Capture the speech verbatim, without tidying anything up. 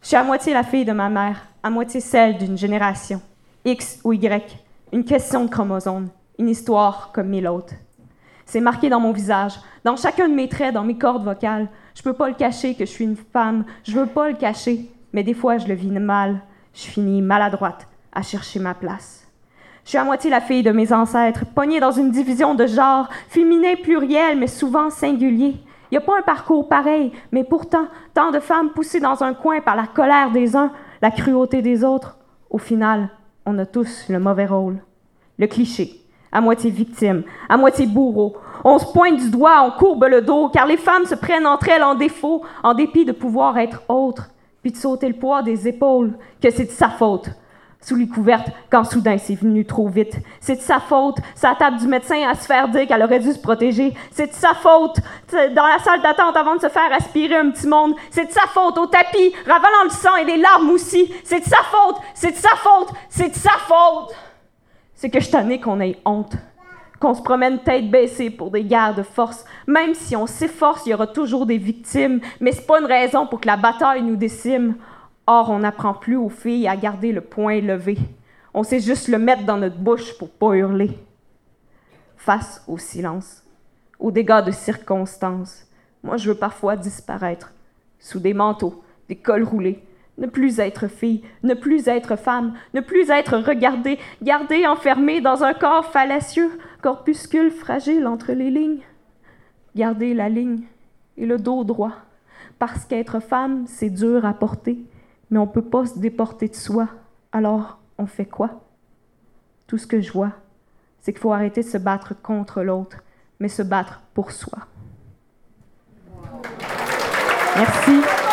Je suis à moitié la fille de ma mère, à moitié celle d'une génération. X ou Y, une question de chromosomes, une histoire comme mille autres. C'est marqué dans mon visage, dans chacun de mes traits, dans mes cordes vocales. Je peux pas le cacher que je suis une femme, je veux pas le cacher, mais des fois je le vis mal. Je finis maladroite à chercher ma place. Je suis à moitié la fille de mes ancêtres, pognée dans une division de genre, féminin pluriel, mais souvent singulier. Il n'y a pas un parcours pareil, mais pourtant, tant de femmes poussées dans un coin par la colère des uns, la cruauté des autres. Au final, on a tous le mauvais rôle. Le cliché, à moitié victime, à moitié bourreau. On se pointe du doigt, on courbe le dos, car les femmes se prennent entre elles en défaut, en dépit de pouvoir être autres, puis de sauter le poids des épaules, que c'est de sa faute. Sous les couvertes, quand soudain c'est venu trop vite. C'est de sa faute, sa table du médecin à se faire dire qu'elle aurait dû se protéger. C'est de sa faute, dans la salle d'attente avant de se faire aspirer un petit monde. C'est de sa faute, au tapis, ravalant le sang et les larmes aussi. C'est de sa faute, c'est de sa faute, c'est de sa faute. C'est que je tannais qu'on ait honte, qu'on se promène tête baissée pour des guerres de force. Même si on s'efforce, il y aura toujours des victimes, mais c'est pas une raison pour que la bataille nous décime. Or, on n'apprend plus aux filles à garder le poing levé. On sait juste le mettre dans notre bouche pour pas hurler. Face au silence, aux dégâts de circonstances, moi je veux parfois disparaître, sous des manteaux, des cols roulés, ne plus être fille, ne plus être femme, ne plus être regardée, gardée enfermée dans un corps fallacieux, corpuscule fragile entre les lignes. Garder la ligne et le dos droit, parce qu'être femme, c'est dur à porter. Mais on ne peut pas se déporter de soi. Alors, on fait quoi? Tout ce que je vois, c'est qu'il faut arrêter de se battre contre l'autre, mais se battre pour soi. Merci.